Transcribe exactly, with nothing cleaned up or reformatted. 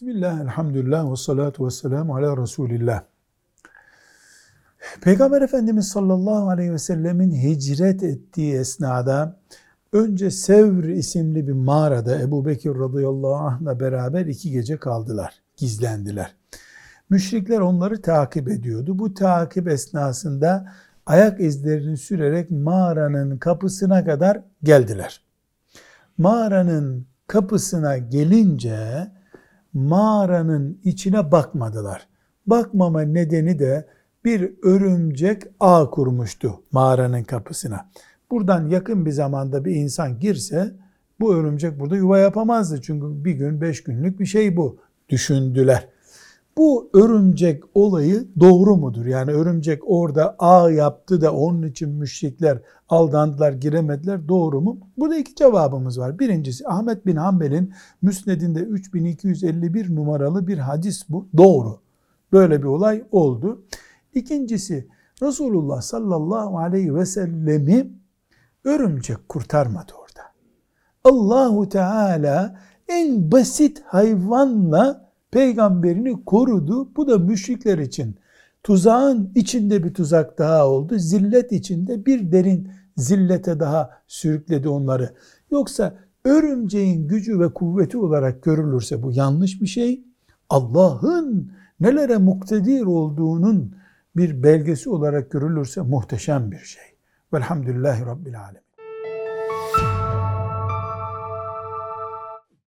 Bismillah, elhamdülillah ve salatu ve selamu ala Resulillah. Peygamber Efendimiz sallallahu aleyhi ve sellemin hicret ettiği esnada önce Sevr isimli bir mağarada Ebu Bekir radıyallahu anh'la beraber iki gece kaldılar, gizlendiler. Müşrikler onları takip ediyordu. Bu takip esnasında ayak izlerini sürerek mağaranın kapısına kadar geldiler. Mağaranın kapısına gelince mağaranın içine bakmadılar. Bakmama nedeni de bir örümcek ağ kurmuştu mağaranın kapısına. Buradan yakın bir zamanda bir insan girse bu örümcek burada yuva yapamazdı. Çünkü bir gün beş günlük bir şey bu düşündüler. Bu örümcek olayı doğru mudur? Yani örümcek orada ağ yaptı da onun için müşrikler aldandılar, giremediler. Doğru mu? Burada iki cevabımız var. Birincisi Ahmet bin Hanbel'in Müsned'inde üç bin iki yüz elli bir numaralı bir hadis bu. Doğru. Böyle bir olay oldu. İkincisi Resulullah sallallahu aleyhi ve sellemi örümcek kurtarmadı orada. Allahu Teala en basit hayvanla peygamberini korudu. Bu da müşrikler için tuzağın içinde bir tuzak daha oldu. Zillet içinde bir derin zillete daha sürükledi onları. Yoksa örümceğin gücü ve kuvveti olarak görülürse bu yanlış bir şey. Allah'ın nelere muktedir olduğunun bir belgesi olarak görülürse muhteşem bir şey. Velhamdülillahi Rabbil Alemin.